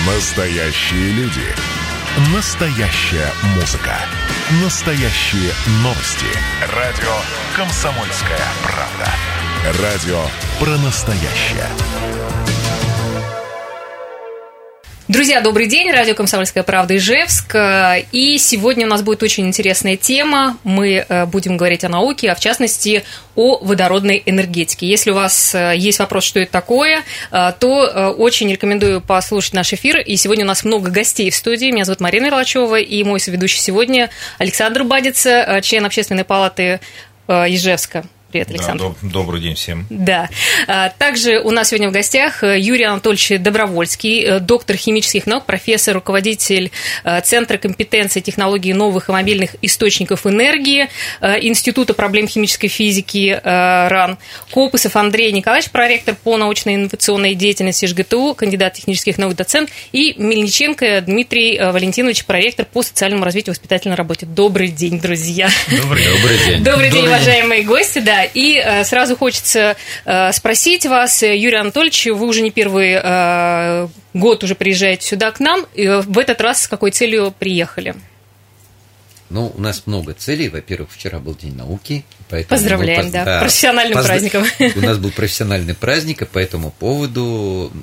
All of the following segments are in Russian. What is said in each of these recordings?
Настоящие люди. Настоящая музыка. Настоящие новости. Радио «Комсомольская правда». Радио про настоящее. Друзья, добрый день. Радио «Комсомольская правда» Ижевск. И сегодня у нас будет очень интересная тема. Мы будем говорить о науке, а в частности о водородной энергетике. Если у вас есть вопрос, что это такое, то очень рекомендую послушать наш эфир. И сегодня у нас много гостей в студии. Меня зовут Марина Ирлачева, и мой соведущий сегодня Александр Бадица, член Общественной палаты Ижевска. Привет, Александр. Да, добрый день всем. Да. Также у нас сегодня в гостях Юрий Анатольевич Добровольский, доктор химических наук, профессор, руководитель Центра компетенции технологий новых и мобильных источников энергии Института проблем химической физики РАН. Копысов Андрей Николаевич, проректор по научно-инновационной деятельности ижгту, кандидат технических наук, доцент. И Мельниченко Дмитрий Валентинович, проректор по социальному развитию и воспитательной работе. Добрый день, друзья. Добрый день. Добрый день, уважаемые гости. Да. И сразу хочется спросить вас, Юрий Анатольевич, вы уже не первый год уже приезжаете сюда к нам. И в этот раз с какой целью приехали? Ну, у нас много целей. Во-первых, вчера был День науки. Поздравляем, профессиональным праздником. У нас был профессиональный праздник, и по этому поводу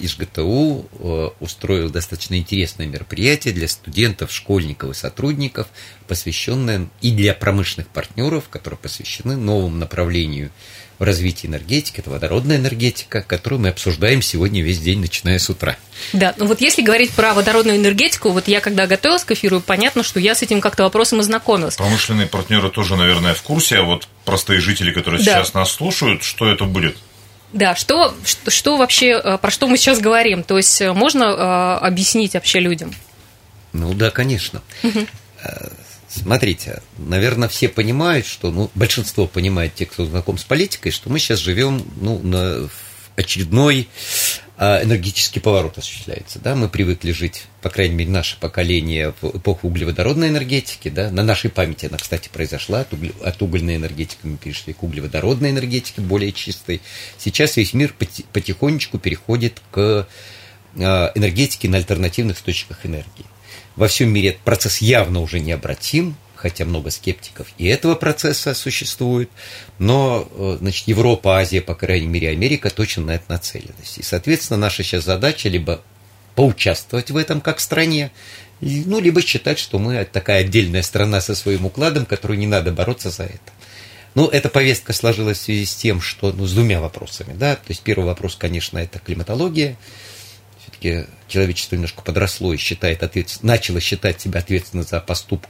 ИжГТУ устроил достаточно интересное мероприятие для студентов, школьников и сотрудников, посвященное и для промышленных партнеров, которые посвящены новому направлению в развитии энергетики, это водородная энергетика, которую мы обсуждаем сегодня весь день, начиная с утра. Да, ну вот если говорить про водородную энергетику, вот я когда готовилась к эфиру, понятно, что я с этим как-то вопросом ознакомилась. Промышленные партнеры тоже, наверное, в курсе, а вот простые жители, которые сейчас нас слушают, что это будет? Да, что вообще, про что мы сейчас говорим? То есть можно объяснить вообще людям? Ну да, конечно. Смотрите, наверное, все понимают, что, большинство понимает, те, кто знаком с политикой, что мы сейчас живем, на очередной энергетический поворот осуществляется, да, мы привыкли жить, по крайней мере, наше поколение в эпоху углеводородной энергетики, да, на нашей памяти она, кстати, произошла, от угольной энергетики мы перешли к углеводородной энергетике, более чистой. Сейчас весь мир потихонечку переходит к энергетике на альтернативных источниках энергии. Во всем мире этот процесс явно уже необратим, хотя много скептиков и этого процесса существует, но, значит, Европа, Азия, по крайней мере, Америка точно на это нацелены. И, соответственно, наша сейчас задача либо поучаствовать в этом как стране, либо считать, что мы такая отдельная страна со своим укладом, которой не надо бороться за это. Эта повестка сложилась в связи с тем, что, с двумя вопросами, да, то есть первый вопрос, конечно, это климатология. Все-таки человечество немножко подросло и начало считать себя ответственным за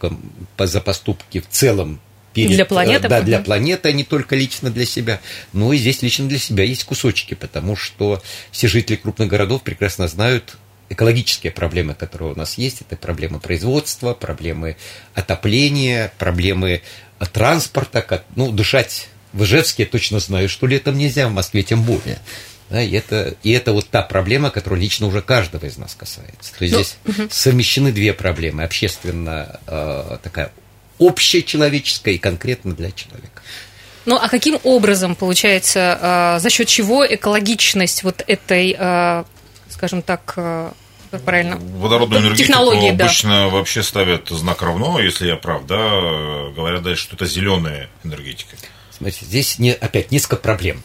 поступки в целом для планеты. Да, для планеты, а не только лично для себя. И здесь лично для себя есть кусочки, потому что все жители крупных городов прекрасно знают экологические проблемы, которые у нас есть. Это проблемы производства, проблемы отопления, проблемы транспорта. Дышать в Ижевске я точно знаю, что летом нельзя, в Москве тем более. Да, и это вот та проблема, которая лично уже каждого из нас касается. То есть здесь совмещены две проблемы. Общественно такая общечеловеческая и конкретно для человека. А каким образом, получается, за счет чего экологичность вот этой, скажем так, как правильно? Водородную энергетику технологии, обычно вообще ставят знак равно, если я прав, да, говорят дальше, что это зеленая энергетика. Смотрите, здесь опять несколько проблем.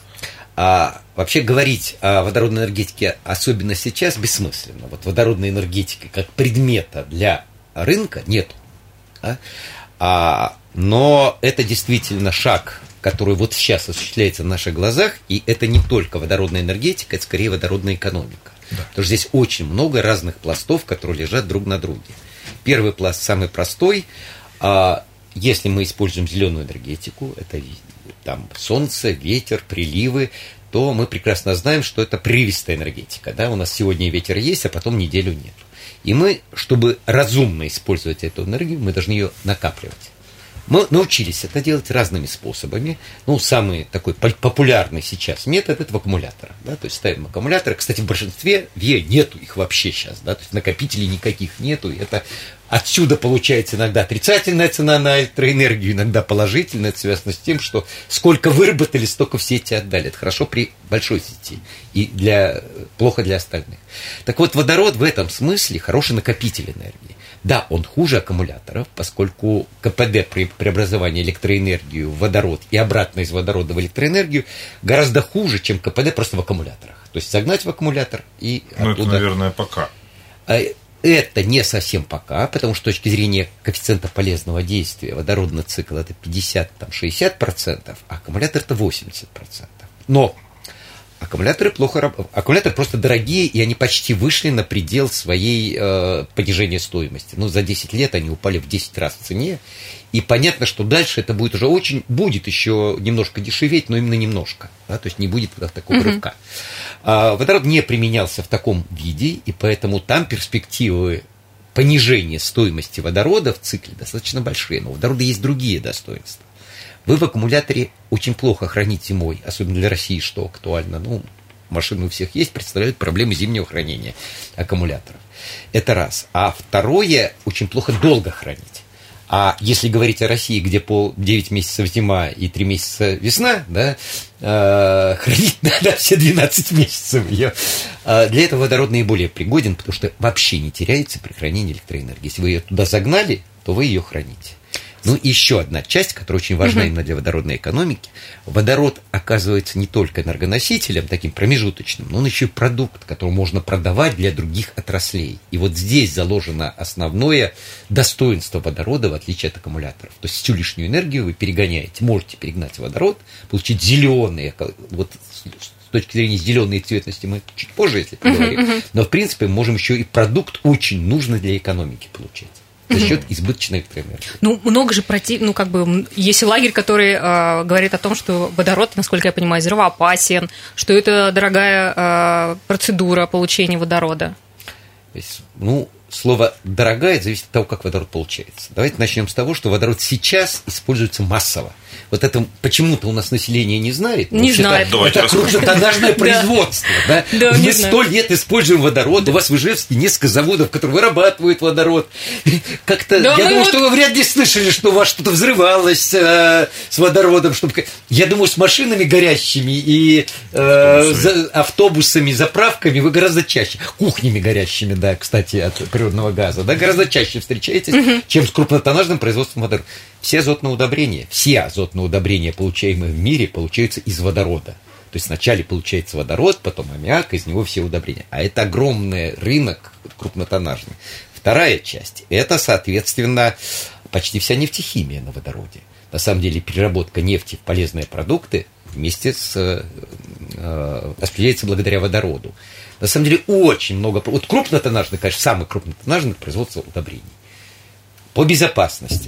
Вообще говорить о водородной энергетике, особенно сейчас, бессмысленно. Вот водородной энергетики как предмета для рынка нет. Но это действительно шаг, который вот сейчас осуществляется на наших глазах, и это не только водородная энергетика, это скорее водородная экономика. Да. Потому что здесь очень много разных пластов, которые лежат друг на друге. Первый пласт самый простой. Если мы используем зеленую энергетику, это там солнце, ветер, приливы, то мы прекрасно знаем, что это прерывистая энергетика. Да? У нас сегодня ветер есть, а потом неделю нет. И мы, чтобы разумно использовать эту энергию, мы должны ее накапливать. Мы научились это делать разными способами. Самый такой популярный сейчас метод – это в аккумуляторах. Да? То есть ставим аккумуляторы. Кстати, в большинстве нету их вообще сейчас. Да? То есть накопителей никаких нету. И это Отсюда получается иногда отрицательная цена на электроэнергию, иногда положительная. Это связано с тем, что сколько выработали, столько в сети отдали. Это хорошо при большой сети и плохо для остальных. Так вот, водород в этом смысле хороший накопитель энергии. Да, он хуже аккумуляторов, поскольку КПД при преобразовании электроэнергии в водород и обратно из водорода в электроэнергию гораздо хуже, чем КПД просто в аккумуляторах. То есть загнать в аккумулятор и оттуда... это, наверное, пока. Это не совсем пока, потому что с точки зрения коэффициента полезного действия водородный цикл это 50-60%, а аккумулятор это 80%. Но аккумуляторы просто дорогие, и они почти вышли на предел своей понижения стоимости. За 10 лет они упали в 10 раз в цене, и понятно, что дальше это будет еще немножко дешеветь, но именно немножко, да, то есть не будет такого рывка. Водород не применялся в таком виде, и поэтому там перспективы понижения стоимости водорода в цикле достаточно большие, но у водорода есть другие достоинства. Вы в аккумуляторе очень плохо храните зимой, особенно для России, что актуально. Машины у всех есть, представляют проблемы зимнего хранения аккумуляторов. Это раз. А второе, очень плохо долго хранить. А если говорить о России, где 9 месяцев зима и 3 месяца весна, да, хранить надо все 12 месяцев ее. Для этого водород наиболее пригоден, потому что вообще не теряется при хранении электроэнергии. Если вы ее туда загнали, то вы ее храните. Еще одна часть, которая очень важна именно для водородной экономики. Водород оказывается не только энергоносителем, таким промежуточным, но он еще и продукт, который можно продавать для других отраслей. И вот здесь заложено основное достоинство водорода, в отличие от аккумуляторов. То есть всю лишнюю энергию вы перегоняете. Можете перегнать водород, получить зеленые, вот с точки зрения зеленой цветности мы чуть позже, если поговорим. Но, в принципе, мы можем еще и продукт очень нужный для экономики получать. За счет избыточной электроэнергии. Много же есть лагерь, который говорит о том, что водород, насколько я понимаю, взрывоопасен, что это дорогая процедура получения водорода. Слово «дорогая» зависит от того, как водород получается. Давайте начнем с того, что водород сейчас используется массово. Вот это почему-то у нас население не знает. Не знает. Это крупнотоннажное производство. Мы 100 лет используем водород. У вас в Ижевске несколько заводов, которые вырабатывают водород. Я думаю, что вы вряд ли слышали, что у вас что-то взрывалось с водородом. Я думаю, с машинами горящими и автобусами, заправками вы гораздо чаще. Кухнями горящими, да, кстати, от природного газа, да, гораздо чаще встречаетесь, чем с крупнотоннажным производством водорода. Все азотные удобрения, получаемые в мире, получаются из водорода. То есть вначале получается водород, потом аммиак, из него все удобрения. А это огромный рынок крупнотоннажный. Вторая часть – это, соответственно, почти вся нефтехимия на водороде. На самом деле переработка нефти в полезные продукты вместе осуществляется благодаря водороду. На самом деле очень много... Вот крупнотоннажный, конечно, самый крупнотоннажный производство удобрений. По безопасности.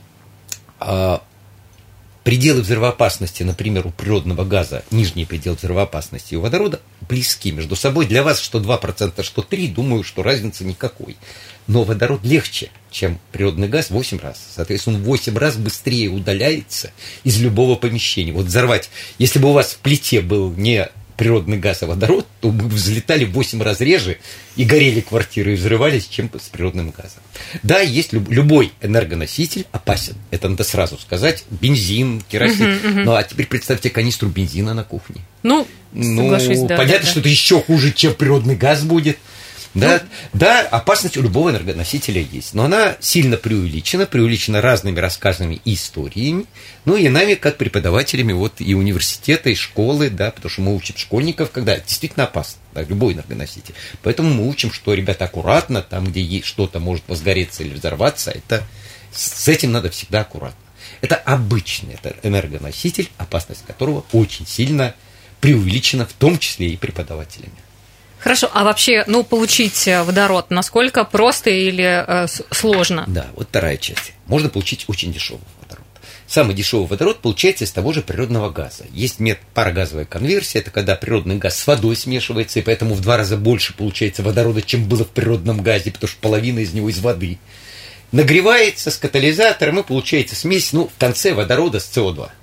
Пределы взрывоопасности, например, у природного газа, нижний предел взрывоопасности у водорода близки между собой. Для вас что 2%, что 3%, думаю, что разницы никакой. Но водород легче, чем природный газ, в 8 раз. Соответственно, он в 8 раз быстрее удаляется из любого помещения. Вот взорвать, если бы у вас в плите был не природный газ, а водород, то бы взлетали в 8 раз реже и горели квартиры и взрывались, чем с природным газом. Да, есть любой энергоноситель опасен. Это надо сразу сказать. Бензин, керосин. Ну, а теперь представьте канистру бензина на кухне. Соглашусь, да. Понятно, что это еще хуже, чем природный газ будет. Да, опасность у любого энергоносителя есть, но она сильно преувеличена разными рассказами и историями, и нами, как преподавателями и университета, и школы, да, потому что мы учим школьников, когда это действительно опасно, да, любой энергоноситель. Поэтому мы учим, что, ребята, аккуратно, там, где есть что-то может возгореться или взорваться, с этим надо всегда аккуратно. Это обычный энергоноситель, опасность которого очень сильно преувеличена, в том числе и преподавателями. Хорошо, а вообще, получить водород, насколько просто или сложно? Да, вот вторая часть. Можно получить очень дешевый водород. Самый дешевый водород получается из того же природного газа. Есть метод парогазовая конверсия, это когда природный газ с водой смешивается, и поэтому в 2 раза больше получается водорода, чем было в природном газе, потому что половина из него из воды. Нагревается с катализатором, и получается смесь, в конце водорода с СО2.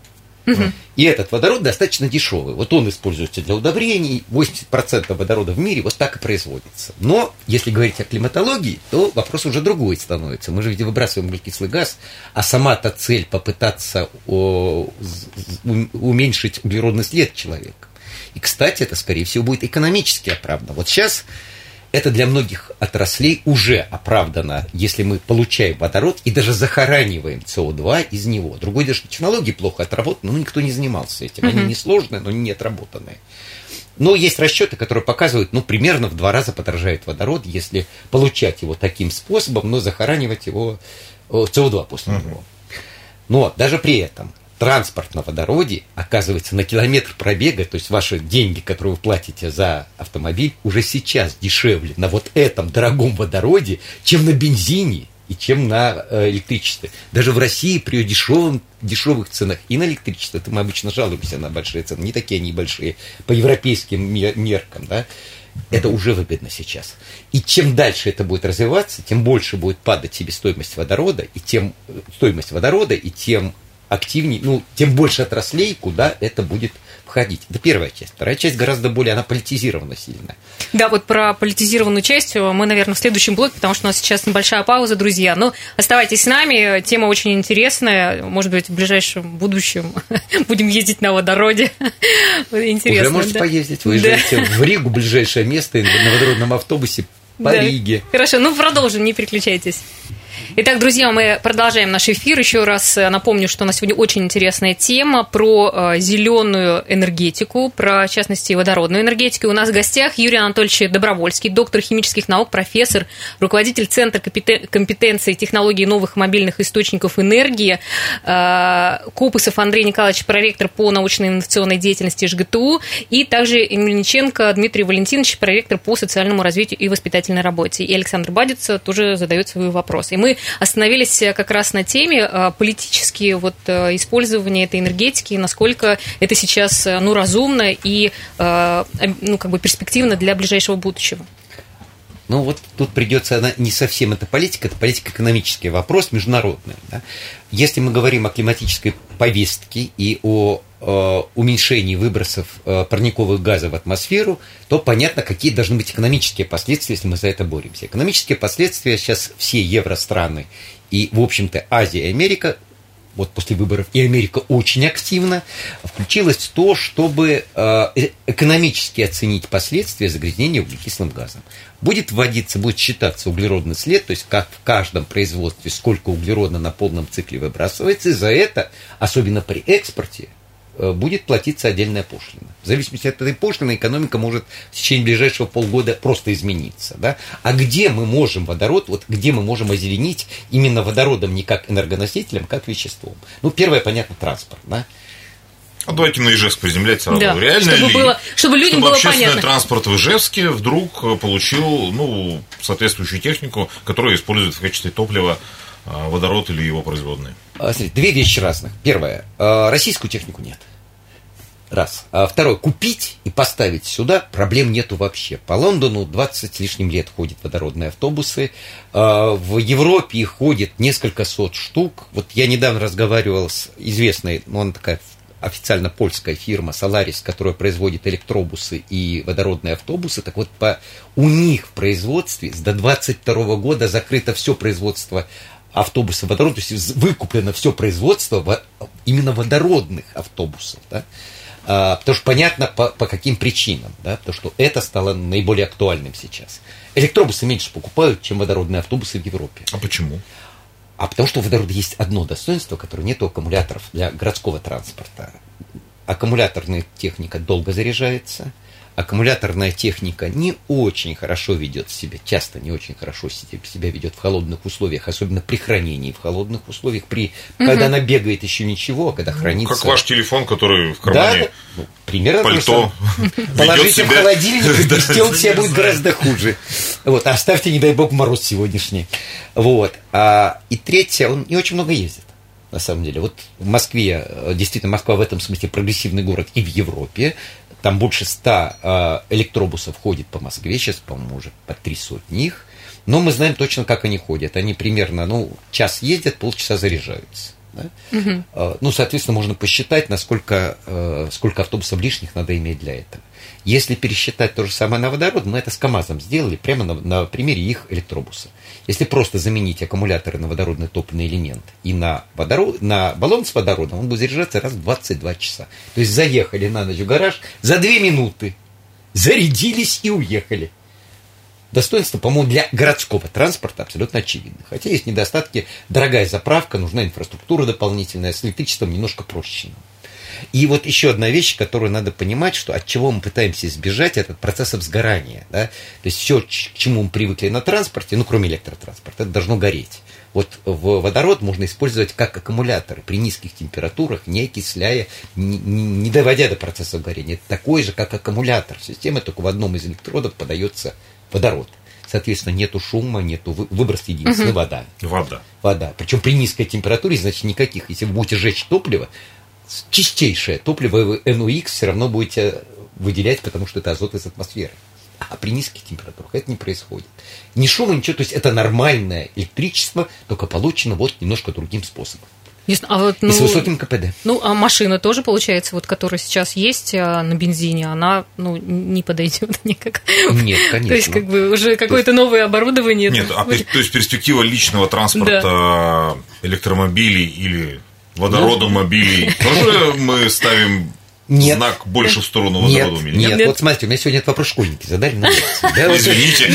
И этот водород достаточно дешевый. Вот он используется для удобрений, 80% водорода в мире вот так и производится. Но, если говорить о климатологии, то вопрос уже другой становится. Мы же ведь выбрасываем углекислый газ, а сама-то цель попытаться уменьшить углеродный след человека. И, кстати, это, скорее всего, будет экономически оправдано. Вот сейчас это для многих отраслей уже оправдано, если мы получаем водород и даже захораниваем СО2 из него. Другой даже технологии плохо отработаны, но никто не занимался этим. Они несложные, но не отработанные. Но есть расчеты, которые показывают, примерно в 2 раза подорожает водород, если получать его таким способом, но захоранивать его СО2 после него. Но даже при этом транспорт на водороде, оказывается, на километр пробега, то есть ваши деньги, которые вы платите за автомобиль, уже сейчас дешевле на вот этом дорогом водороде, чем на бензине и чем на электричестве. Даже в России при дешевых ценах и на электричество, это мы обычно жалуемся на большие цены, не такие они большие, по европейским меркам, да, это уже выгодно сейчас. И чем дальше это будет развиваться, тем больше будет падать себестоимость водорода, и тем активнее, тем больше отраслей, куда это будет входить. Это первая часть. Вторая часть гораздо более, она политизирована сильно. Да, вот про политизированную часть мы, наверное, в следующем блоке, потому что у нас сейчас небольшая пауза, друзья. Но оставайтесь с нами, тема очень интересная. Может быть, в ближайшем будущем будем ездить на водороде. Интересно. Уже можете поездить. Вы езжаете в Ригу, ближайшее место, на водородном автобусе по Риге. Хорошо, продолжим, не переключайтесь. Итак, друзья, мы продолжаем наш эфир. Еще раз напомню, что у нас сегодня очень интересная тема про зеленую энергетику, про, в частности, водородную энергетику. У нас в гостях Юрий Анатольевич Добровольский, доктор химических наук, профессор, руководитель Центра компетенции и технологий новых мобильных источников энергии, Копысов Андрей Николаевич, проректор по научно-инновационной деятельности ЖГТУ, и также Мельниченко Дмитрий Валентинович, проректор по социальному развитию и воспитательной работе. И Александр Бадец тоже задает свои вопросы. И мы остановились как раз на теме политические использования этой энергетики, насколько это сейчас разумно и перспективно для ближайшего будущего. Тут придется, она не совсем это политико-экономический вопрос, международный. Да? Если мы говорим о климатической повестке и о уменьшении выбросов парниковых газов в атмосферу, то понятно, какие должны быть экономические последствия, если мы за это боремся. Экономические последствия сейчас все евространы и, в общем-то, Азия и Америка, после выборов и Америка очень активно включилась в то, чтобы экономически оценить последствия загрязнения углекислым газом. Будет считаться углеродный след, то есть как в каждом производстве сколько углерода на полном цикле выбрасывается, и за это, особенно при экспорте, будет платиться отдельная пошлина. В зависимости от этой пошлины экономика может в течение ближайшего полгода просто измениться. Да? А где мы можем водород, где мы можем озеленить именно водородом не как энергоносителем, как веществом? Первое, понятно, транспорт. Да? Давайте на Ижевск приземлять сразу. Да, Реально чтобы людям было понятно. Общественный транспорт в Ижевске вдруг получил соответствующую технику, которая использует в качестве топлива водород или его производные. Смотрите, 2 вещи разных. Первое. Российскую технику нет. Раз. Второе. Купить и поставить сюда проблем нету вообще. По Лондону 20 с лишним лет ходят водородные автобусы. В Европе их ходит несколько сот штук. Я недавно разговаривал с известной, она такая официально польская фирма Solaris, которая производит электробусы и водородные автобусы. Так у них в производстве до 2022 года закрыто все производство автобусов водорода, то есть выкуплено все производство именно водородных автобусов. Да? Потому что понятно, по каким причинам. Да? Потому что это стало наиболее актуальным сейчас. Электробусы меньше покупают, чем водородные автобусы в Европе. А почему? Потому что у водорода есть одно достоинство, которое нет у аккумуляторов для городского транспорта. Аккумуляторная техника долго заряжается. Аккумуляторная техника не очень хорошо ведет себя, часто не очень хорошо себя ведет в холодных условиях, особенно при хранении в холодных условиях, когда она бегает еще ничего, а когда хранится... Как ваш телефон, который в кармане, примерно пальто. Положите в холодильник, и вести он себя будет гораздо хуже. Оставьте, не дай бог, мороз сегодняшний. И третье, он не очень много ездит. На самом деле. В Москве, действительно, Москва в этом смысле прогрессивный город и в Европе. Там больше 100 электробусов ходит по Москве, сейчас, по-моему, уже по 300 их. Но мы знаем точно, как они ходят. Они примерно, час ездят, полчаса заряжаются. Да? Ну, соответственно, можно посчитать, сколько автобусов лишних надо иметь для этого. Если пересчитать то же самое на водород, мы это с КАМАЗом сделали прямо на примере их электробуса. Если просто заменить аккумуляторы на водородный топливный элемент и на баллон с водородом, он будет заряжаться раз в 22 часа. То есть заехали на ночь в гараж, за 2 минуты зарядились и уехали. Достоинство, по-моему, для городского транспорта абсолютно очевидно. Хотя есть недостатки, дорогая заправка, нужна инфраструктура дополнительная, с электричеством немножко проще. И вот еще одна вещь, которую надо понимать, что от чего мы пытаемся избежать, это процессов сгорания. Да? То есть все, к чему мы привыкли на транспорте, кроме электротранспорта, это должно гореть. Вот водород можно использовать как аккумуляторы при низких температурах, не окисляя, не доводя до процесса горения. Это такой же, как аккумулятор системы, только в одном из электродов подается водород. Соответственно, нету шума, нету выброс единственный, вода. Вода. Причем при низкой температуре, значит, никаких. Если вы будете жечь топливо, чистейшее топливо вы NOx все равно будете выделять, потому что это азот из атмосферы. А при низких температурах это не происходит. Ни шума, ничего. То есть это нормальное электричество, только получено вот немножко другим способом. И с высоким КПД. А машина тоже, получается, вот которая сейчас есть на бензине, она не подойдет никак. Нет, конечно. То есть как бы уже какое-то новое оборудование. Нет, то есть перспектива личного транспорта, электромобилей или водородомобилей, тоже мы ставим знак больше в сторону водородомобилей? Нет, вот смотрите, у меня сегодня этот вопрос школьники задали на лекции. Извините.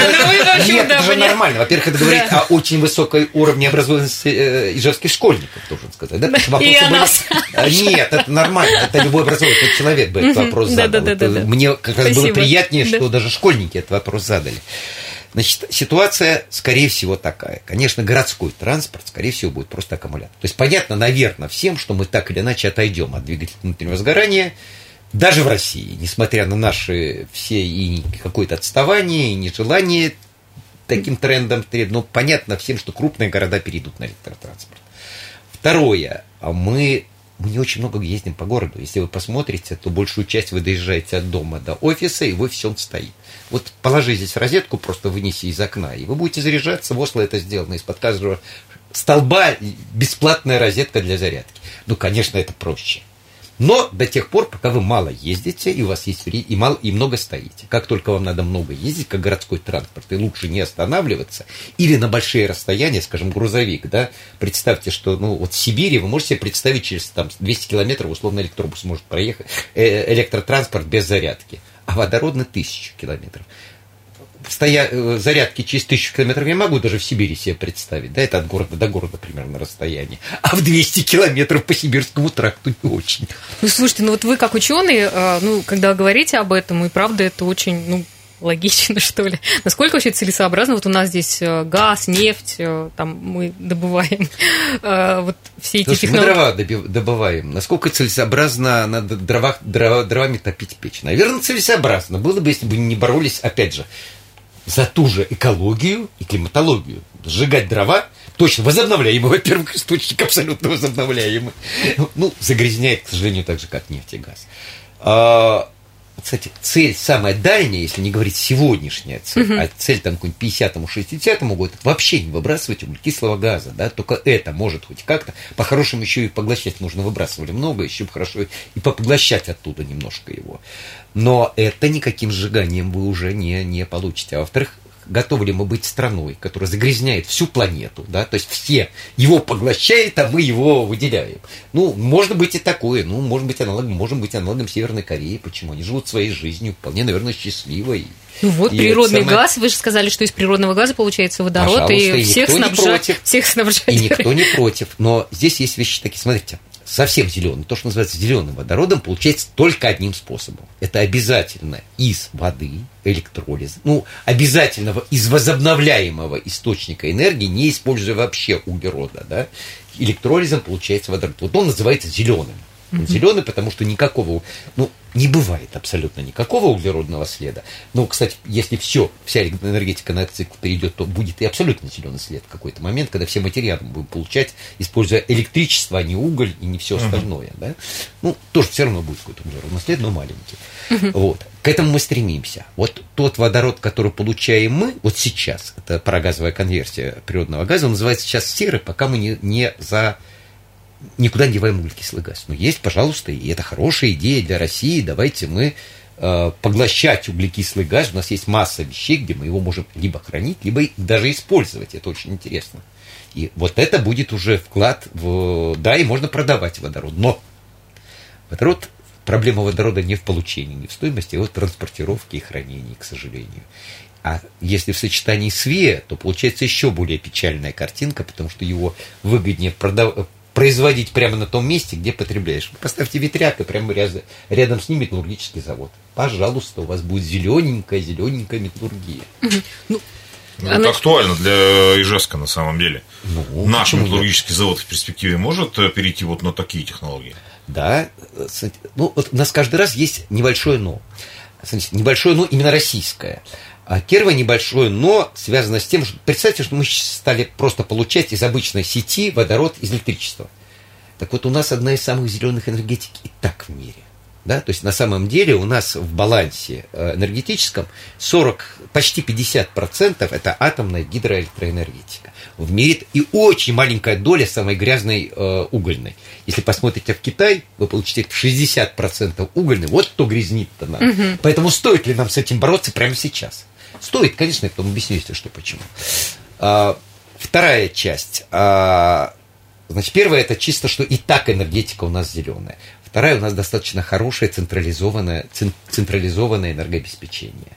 Нет, это же нормально. Во-первых, это говорит о очень высокой уровне образованности ижевских школьников, должен сказать. И о нас. Нет, это нормально. Это любой образованный человек бы этот вопрос задал. Мне как раз было приятнее, что даже школьники этот вопрос задали. Значит, ситуация, скорее всего, такая. Конечно, городской транспорт, скорее всего, будет просто аккумулятор. То есть, понятно, наверное, всем, что мы так или иначе отойдем от двигателя внутреннего сгорания, даже в России, несмотря на наши все и какое-то отставание, и нежелание таким трендом, но понятно всем, что крупные города перейдут на электротранспорт. Второе, мы не очень много ездим по городу. Если вы посмотрите, то большую часть вы доезжаете от дома до офиса, и в офисе он стоит. Вот положи здесь розетку, просто вынеси из окна, и вы будете заряжаться. В Осло это сделано из-под каждого столба бесплатная розетка для зарядки. Конечно, это проще. Но до тех пор, пока вы мало ездите, и у вас есть время, и много стоите. Как только вам надо много ездить, как городской транспорт, и лучше не останавливаться, или на большие расстояния, скажем, грузовик, да, представьте, что в Сибири вы можете себе представить, через 200 километров условно электробус может проехать, электротранспорт без зарядки, а водородный 1000 километров. Зарядки через 1000 километров я могу даже в Сибири себе представить, да, это от города до города примерно расстояние, а в 200 километров по Сибирскому тракту не очень. Слушайте, вот вы как ученый, когда говорите об этом, и правда это очень, логично, что ли. Насколько вообще целесообразно? Вот у нас здесь газ, нефть, там мы добываем вот все эти технологии. Мы дрова добываем. Насколько целесообразно надо дровами топить печь? Наверное, целесообразно было бы, если бы не боролись, опять же, за ту же экологию и климатологию. Сжигать дрова, точно возобновляемый, во-первых, источник абсолютно возобновляемый. Загрязняет, к сожалению, так же, как нефть и газ. Кстати, цель самая дальняя, если не говорить сегодняшняя цель, а цель там к 50-му, 60-му году, это вообще не выбрасывать углекислого газа, да, только это может хоть как-то, по-хорошему еще и поглощать нужно, выбрасывали много, еще бы хорошо и попоглощать оттуда немножко его. Но это никаким сжиганием вы уже не получите. А во-вторых, готовы ли мы быть страной, которая загрязняет всю планету, да, то есть все его поглощают, а мы его выделяем. Может быть и такое, можем быть аналогом Северной Кореи, почему? Они живут своей жизнью, вполне, наверное, счастливой. Природный газ, вы же сказали, что из природного газа получается водород, и всех снабжает. И никто не против, но здесь есть вещи такие, смотрите. Совсем зеленый, то, что называется зеленым водородом, получается только одним способом. Это обязательно из воды, электролиза, обязательно из возобновляемого источника энергии, не используя вообще углерода, да, электролизом получается водород. Вот он называется зеленым. Он зеленый, потому что никакого, не бывает абсолютно никакого углеродного следа. Но, кстати, если вся энергетика на этот цикл перейдет, то будет и абсолютно зеленый след в какой-то момент, когда все материалы будем получать, используя электричество, а не уголь и не все остальное. Да? Тоже все равно будет какой-то углеродный след, но маленький. Вот. К этому мы стремимся. Вот тот водород, который получаем мы, вот сейчас, это парогазовая конверсия природного газа, он называется сейчас серый, пока мы не никуда не деваем углекислый газ. Но есть, пожалуйста, и это хорошая идея для России. Давайте мы поглощать углекислый газ. У нас есть масса вещей, где мы его можем либо хранить, либо даже использовать. Это очень интересно. И вот это будет уже вклад в... Да, и можно продавать водород. Но проблема водорода не в получении, не в стоимости, а в транспортировке и хранении, к сожалению. А если в сочетании с ВИА, то получается еще более печальная картинка, потому что его выгоднее производить прямо на том месте, где потребляешь. Поставьте ветряк, и прямо рядом с ним металлургический завод. Пожалуйста, у вас будет зелененькая металлургия. Это актуально для Ижевска на самом деле. Наш металлургический завод в перспективе может перейти вот на такие технологии? Да. Вот у нас каждый раз есть небольшое «но». Небольшое «но» именно российское. А первое небольшое «но» связано с тем, что представьте, что мы стали просто получать из обычной сети водород из электричества. Так вот, у нас одна из самых зеленых энергетик и так в мире. Да? То есть, на самом деле, у нас в балансе энергетическом почти 50% это атомная гидроэлектроэнергетика. В мире и очень маленькая доля самой грязной угольной. Если посмотрите в Китай, вы получите 60% угольной. Вот кто грязнит-то нам. Угу. Поэтому стоит ли нам с этим бороться прямо сейчас? Стоит, конечно, я потом объясню, если что, почему. Вторая часть. Значит, первая, это чисто, что и так энергетика у нас зеленая. Вторая, у нас достаточно хорошее централизованное энергообеспечение.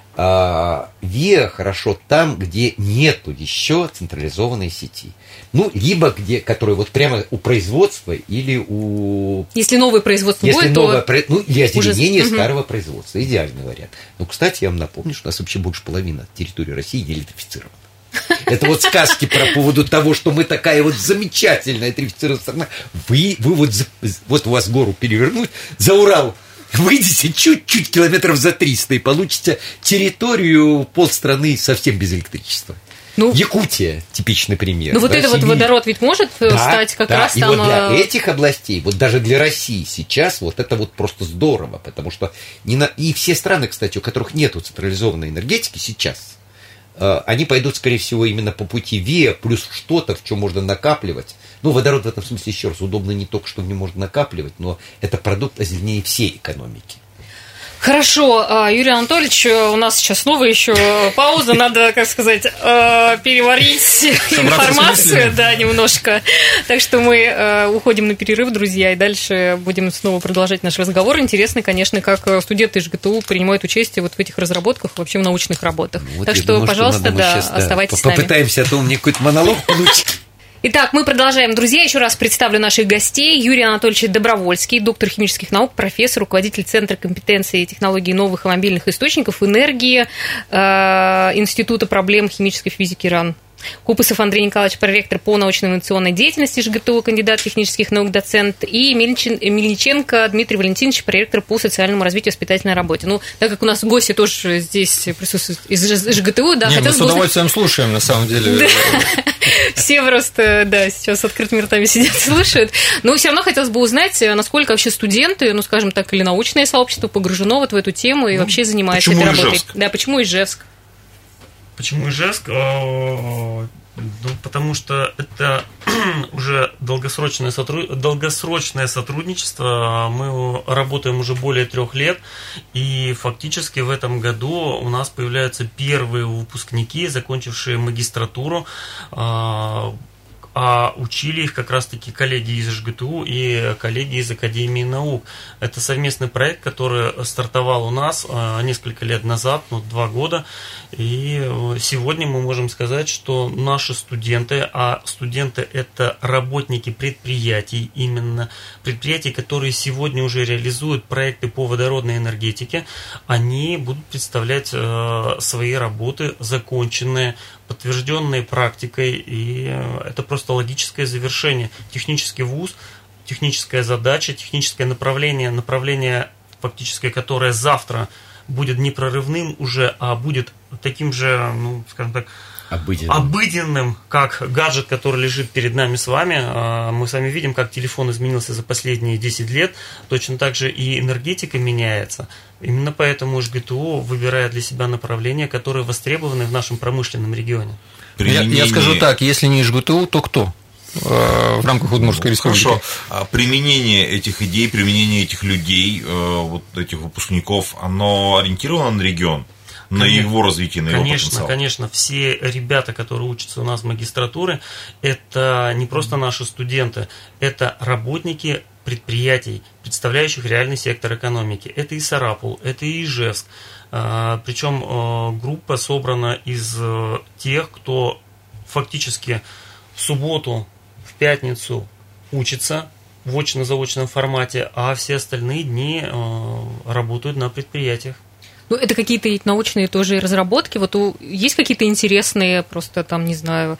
ВИА хорошо там, где нету еще централизованной сети. Либо где, которые вот прямо у производства или у... Если новое производство будет, то... или озеленение старого производства. Идеальный вариант. Кстати, я вам напомню, что у нас вообще больше половины территории России не электрифицирована. Это вот сказки про поводу того, что мы такая вот замечательная электрифицированная страна. Вы вот у вас гору перевернуть, за Урал выйдете чуть-чуть километров за 300 и получите территорию полстраны совсем без электричества. Якутия – типичный пример. Вот это вот водород ведь может стать как раз там... И вот для этих областей, вот даже для России сейчас, вот это вот просто здорово, потому что и все страны, кстати, у которых нету централизованной энергетики сейчас, они пойдут, скорее всего, именно по пути ВИА, плюс что-то, в чем можно накапливать. Водород в этом смысле, еще раз, удобно не только, что в нем можно накапливать, но это продукт озеленения всей экономики. Хорошо, Юрий Анатольевич, у нас сейчас снова еще пауза, надо, как сказать, переварить информацию, немножко. Так что мы уходим на перерыв, друзья, и дальше будем снова продолжать наш разговор. Интересно, конечно, как студенты ЖГТУ принимают участие вот в этих разработках, вообще в научных работах. Так что, пожалуйста, оставайтесь с нами. Попытаемся, а то у меня какой-то монолог получится. Итак, мы продолжаем, друзья. Еще раз представлю наших гостей. Юрий Анатольевич Добровольский, доктор химических наук, профессор, руководитель Центра компетенции и технологий новых и мобильных источников энергии Института проблем химической физики РАН. Купасов Андрей Николаевич, проректор по научно-инновационной деятельности ЖГТУ, кандидат технических наук, доцент, и Мельниченко Дмитрий Валентинович, проректор по социальному развитию и воспитательной работе. Так как у нас гости тоже здесь присутствуют из ЖГТУ, мы с удовольствием слушаем, на самом деле. Все просто, сейчас с открытыми ртами сидят и слушают. Но все равно хотелось бы узнать, насколько вообще студенты, скажем так, или научное сообщество погружено вот в эту тему и вообще занимается этой работой. Да, почему Ижевск? Почему Ижевск? Потому что это уже долгосрочное сотрудничество. Мы работаем уже более 3 лет, и фактически в этом году у нас появляются первые выпускники, закончившие магистратуру. А учили их как раз-таки коллеги из ЖГТУ и коллеги из Академии наук. Это совместный проект, который стартовал у нас несколько лет назад, 2 года. И сегодня мы можем сказать, что наши студенты, а студенты – это работники предприятий, именно предприятий, которые сегодня уже реализуют проекты по водородной энергетике, они будут представлять свои работы, законченные, подтвержденные практикой, и это просто логическое завершение. Технический вуз, техническая задача, техническое направление фактически, которое завтра будет не прорывным уже, а будет таким же, скажем так, обыденным, как гаджет, который лежит перед нами с вами. Мы с вами видим, как телефон изменился за последние 10 лет. Точно так же и энергетика меняется. Именно поэтому ЖГТУ выбирает для себя направления, которые востребованы в нашем промышленном регионе. Я скажу так, если не ЖГТУ, то кто? в рамках Удмуртской республики. Хорошо. Применение этих идей, применение этих людей, вот этих выпускников, оно ориентировано на регион? На его развитие, на его потенциал. Конечно. Все ребята, которые учатся у нас в магистратуре, это не просто наши студенты, это работники предприятий, представляющих реальный сектор экономики. Это и Сарапул, это и Ижевск. Причем группа собрана из тех, кто фактически в субботу, в пятницу учится в очно-заочном формате, а все остальные дни работают на предприятиях. Ну, это какие-то научные тоже разработки. Вот есть какие-то интересные, просто там, не знаю,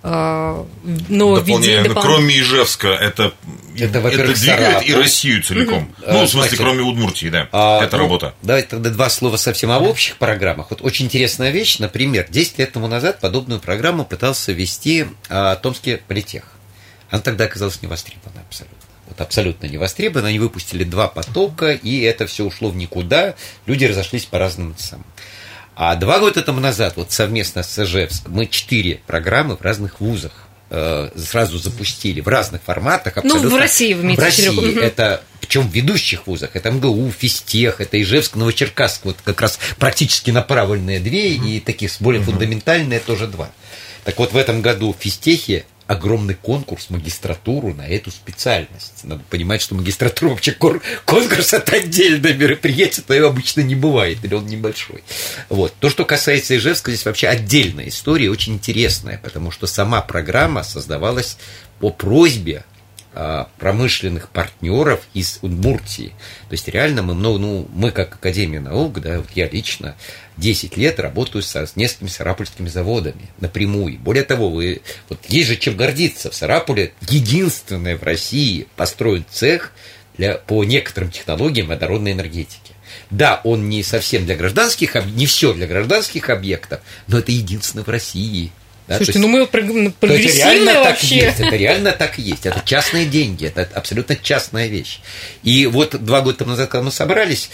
дополнение. Кроме Ижевска, это двигает Сарапул и Россию целиком. Ну, в смысле, кроме Удмуртии, да. Это работа. Давайте тогда два слова совсем об общих программах. Вот очень интересная вещь. Например, 10 лет тому назад подобную программу пытался вести Томский политех. Она тогда оказалась невостребована абсолютно. Вот абсолютно не востребованы, они выпустили 2 потока, и это все ушло в никуда, люди разошлись по разным самым. А 2 года тому назад, вот совместно с Ижевском, мы 4 программы в разных вузах сразу запустили, в разных форматах. Абсолютно. Ну, в России, в России, это, причем в ведущих вузах, это МГУ, Физтех, это Ижевск, Новочеркасск, вот как раз практически направленные 2, и таких более фундаментальные тоже 2. Так вот, в этом году в Физтехе огромный конкурс, магистратуру на эту специальность. Надо понимать, что магистратура вообще конкурс – это отдельное мероприятие, но его обычно не бывает, или он небольшой. Вот. То, что касается Ижевска, здесь вообще отдельная история, очень интересная, потому что сама программа создавалась по просьбе промышленных партнеров из Удмуртии. То есть реально мы как Академия наук, да, вот я лично 10 лет работаю с несколькими сарапульскими заводами напрямую. Более того, вот есть же чем гордиться. В Сарапуле единственный в России построен цех по некоторым технологиям водородной энергетики. Да, он не совсем для гражданских, не все для гражданских объектов, но это единственный в России. Да, слушайте, мы прогрессивные вообще. Это реально так и есть. Это частные деньги, это абсолютно частная вещь. И вот 2 года тому назад, когда мы собрались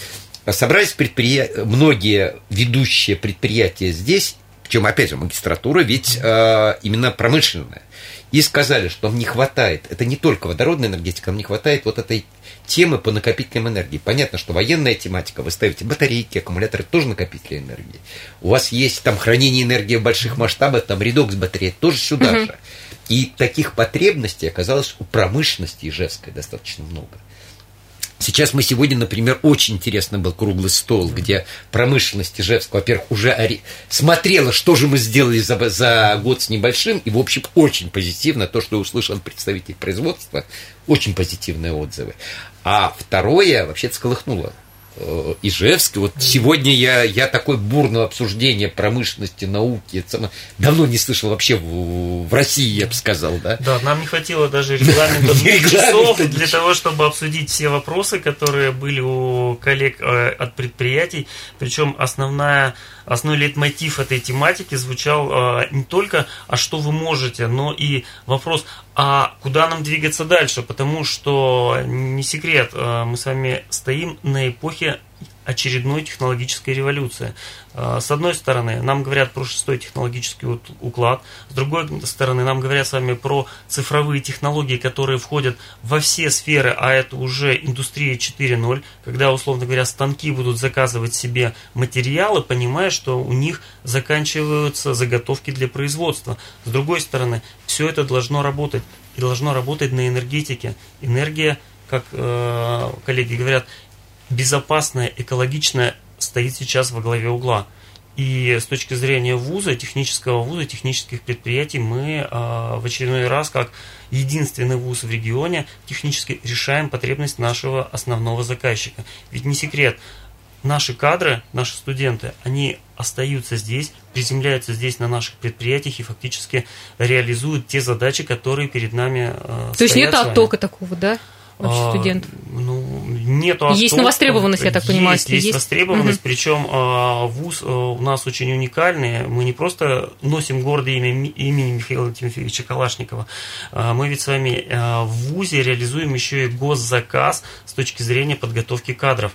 многие ведущие предприятия здесь, причем, опять же, магистратура ведь именно промышленная, и сказали, что нам не хватает, это не только водородная энергетика, нам не хватает вот этой темы по накопителям энергии. Понятно, что военная тематика, вы ставите батарейки, аккумуляторы, тоже накопители энергии. У вас есть там хранение энергии в больших масштабах, там редокс батареи, тоже сюда же. И таких потребностей оказалось у промышленности Ижевской достаточно много. Сейчас мы сегодня, например, очень интересный был круглый стол, где промышленность Ижевска, во-первых, уже смотрела, что же мы сделали за год с небольшим, и, в общем, очень позитивно то, что услышал представитель производства, очень позитивные отзывы. А второе, вообще-то, сколыхнуло Ижевск. Вот сегодня я такое бурное обсуждение промышленности, науки давно не слышал вообще в России, я бы сказал, да? Да, нам не хватило даже регламента часов для того, чтобы обсудить все вопросы, которые были у коллег от предприятий. Причем основной лейтмотив этой тематики звучал не только «а что вы можете?», но и вопрос «а куда нам двигаться дальше?», потому что, не секрет, мы с вами стоим на эпохе очередной технологической революции. С одной стороны, нам говорят про 6-й технологический уклад, с другой стороны, нам говорят с вами про цифровые технологии, которые входят во все сферы, а это уже индустрия 4.0, когда, условно говоря, станки будут заказывать себе материалы, понимая, что у них заканчиваются заготовки для производства. С другой стороны, все это должно работать, и должно работать на энергетике. Энергия, как коллеги говорят, безопасная, экологичная, стоит сейчас во главе угла. И с точки зрения вуза, технических предприятий, мы в очередной раз, как единственный вуз в регионе, технически решаем потребность нашего основного заказчика. Ведь не секрет, наши кадры, наши студенты, они остаются здесь, приземляются здесь на наших предприятиях и фактически реализуют те задачи, которые перед нами стоят. То есть нет оттока такого, да? Студентов. Нету оттока. Есть востребованность, я так понимаю. Есть востребованность, причем вуз у нас очень уникальный. Мы не просто носим гордое имени Михаила Тимофеевича Калашникова. Мы ведь с вами в вузе реализуем еще и госзаказ с точки зрения подготовки кадров.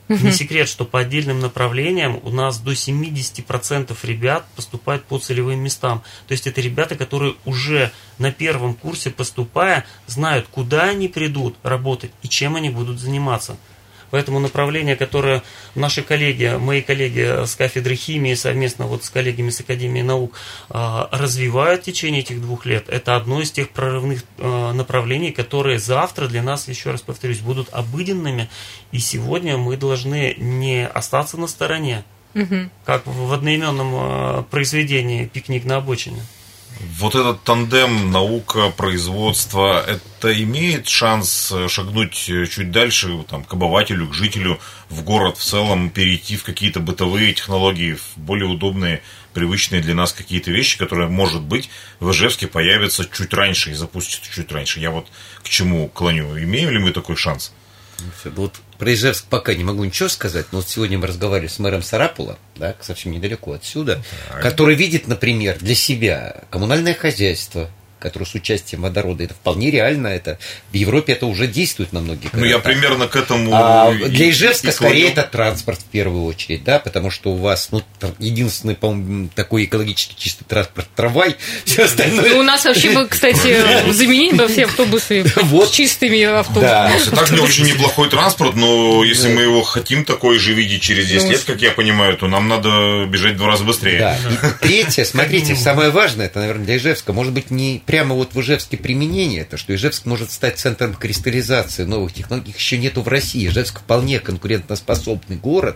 Не секрет, что по отдельным направлениям у нас до 70% ребят поступают по целевым местам. То есть это ребята, которые уже на первом курсе поступая, знают, куда они придут работать и чем они будут заниматься. Поэтому направление, которое наши коллеги, мои коллеги с кафедры химии совместно вот с коллегами с Академии наук развивают в течение этих 2 лет, это одно из тех прорывных направлений, которые завтра для нас, еще раз повторюсь, будут обыденными. И сегодня мы должны не остаться на стороне, как в одноименном произведении «Пикник на обочине». Вот этот тандем наука-производство, это имеет шанс шагнуть чуть дальше там, к обывателю, к жителю, в город в целом, перейти в какие-то бытовые технологии, в более удобные, привычные для нас какие-то вещи, которые, может быть, в Ижевске появятся чуть раньше и запустятся чуть раньше. Я вот к чему клоню. Имеем ли мы такой шанс? Вот про Ижевск пока не могу ничего сказать, но вот сегодня мы разговаривали с мэром Сарапула, да, совсем недалеко отсюда, который видит, например, для себя коммунальное хозяйство, которое с участием водорода, это вполне реально, это в Европе это уже действует на многих городах. Ну, я примерно к этому... для Ижевска скорее это транспорт в первую очередь, да, потому что у вас, единственный, по-моему, такой экологически чистый транспорт трамвай, все остальное... У нас вообще бы, кстати, заменить бы все автобусы с чистыми автобусами. Это так не очень неплохой транспорт, но если мы его хотим такой же видеть через 10 лет, как я понимаю, то нам надо бежать в 2 раза быстрее. Да. И третье, смотрите, самое важное, это, наверное, для Ижевска, может быть, не прямо вот в Ижевске применение, это что Ижевск может стать центром кристаллизации новых технологий, их еще нету в России. Ижевск вполне конкурентоспособный город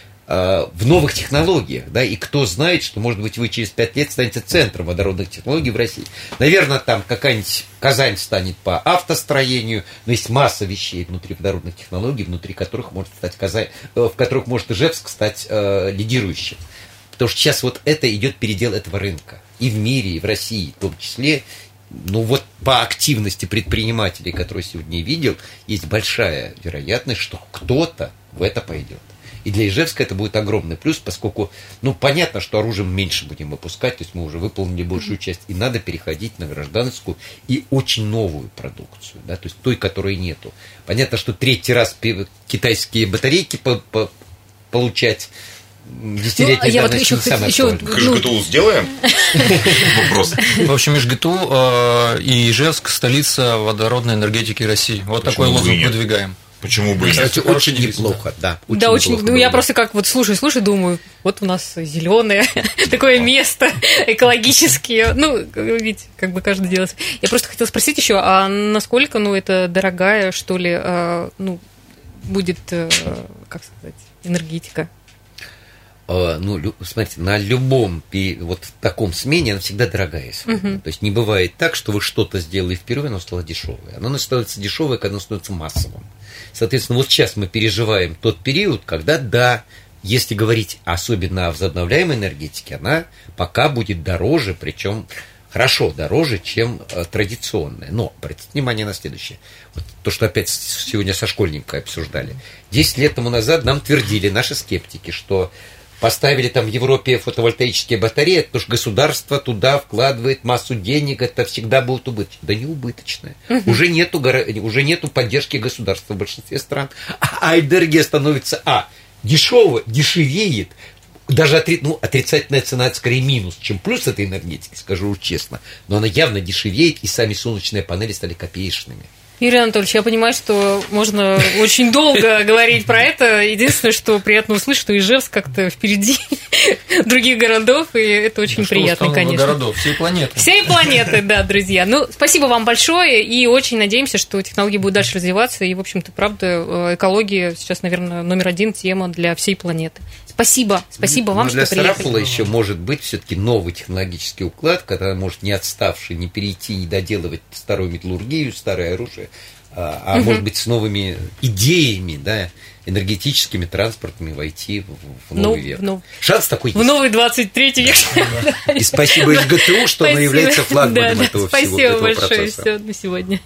в новых технологиях, да, и кто знает, что, может быть, вы через 5 лет станете центром водородных технологий в России. Наверное, там какая-нибудь Казань станет по автостроению, но есть масса вещей внутри водородных технологий, внутри которых может стать Казань, в которых может Ижевск стать лидирующим. Потому что сейчас вот это идет передел этого рынка. И в мире, и в России в том числе. Ну вот по активности предпринимателей, которые сегодня видел, есть большая вероятность, что кто-то в это пойдет. И для Ижевска это будет огромный плюс, поскольку, понятно, что оружием меньше будем выпускать, то есть мы уже выполнили большую часть, и надо переходить на гражданскую и очень новую продукцию, да, то есть той, которой нету. Понятно, что 3-й раз китайские батарейки получать... Я вот еще ЖГТУ сделаем? Вопрос. В общем, ЖГТУ и Ижевск – столица водородной энергетики России. Вот такой лозунг выдвигаем. Почему бы и нет? Кстати, очень неплохо, да. Да, очень. Ну, я просто как вот слушаю, думаю, вот у нас зеленое такое место экологические. Ну, ведь как бы каждый делает. Я просто хотела спросить еще, а насколько, это дорогая, что ли, будет, как сказать, энергетика? Смотрите, на любом вот в таком смене она всегда дорогая. То есть не бывает так, что вы что-то сделали впервые, оно стало дешевое. Оно становится дешевое, когда оно становится массовым. Соответственно, вот сейчас мы переживаем тот период, когда, да, если говорить особенно о возобновляемой энергетике, она пока будет дороже, причем хорошо дороже, чем традиционная. Но обратите внимание на следующее. Вот то, что опять сегодня со школьниками обсуждали. 10 лет тому назад нам твердили наши скептики, что поставили там в Европе фотовольтаические батареи, потому что государство туда вкладывает массу денег, это всегда будет убыточно. Да не убыточное. Уже нету поддержки государства в большинстве стран. А энергия становится дешевеет. Даже отрицательная цена, это скорее минус, чем плюс этой энергетики, скажу честно. Но она явно дешевеет, и сами солнечные панели стали копеечными. Юрий Анатольевич, я понимаю, что можно очень долго говорить про это. Единственное, что приятно услышать, что Ижевск как-то впереди других городов, и это очень приятно, конечно. Городов, всей планеты. Всей планеты, да, друзья. Спасибо вам большое, и очень надеемся, что технологии будут дальше развиваться, и, в общем-то, правда, экология сейчас, наверное, номер 1 тема для всей планеты. Спасибо вам, что приехали. Для Сарапула еще может быть все-таки новый технологический уклад, когда может не отставший, не перейти, не доделывать старую металлургию, старое оружие, а может быть с новыми идеями, да, энергетическими, транспортными войти в новый век. Шанс такой есть. В новый 23 век. И спасибо ЖГТУ, что она является флагманом этого всего. Спасибо большое. Все, на сегодня.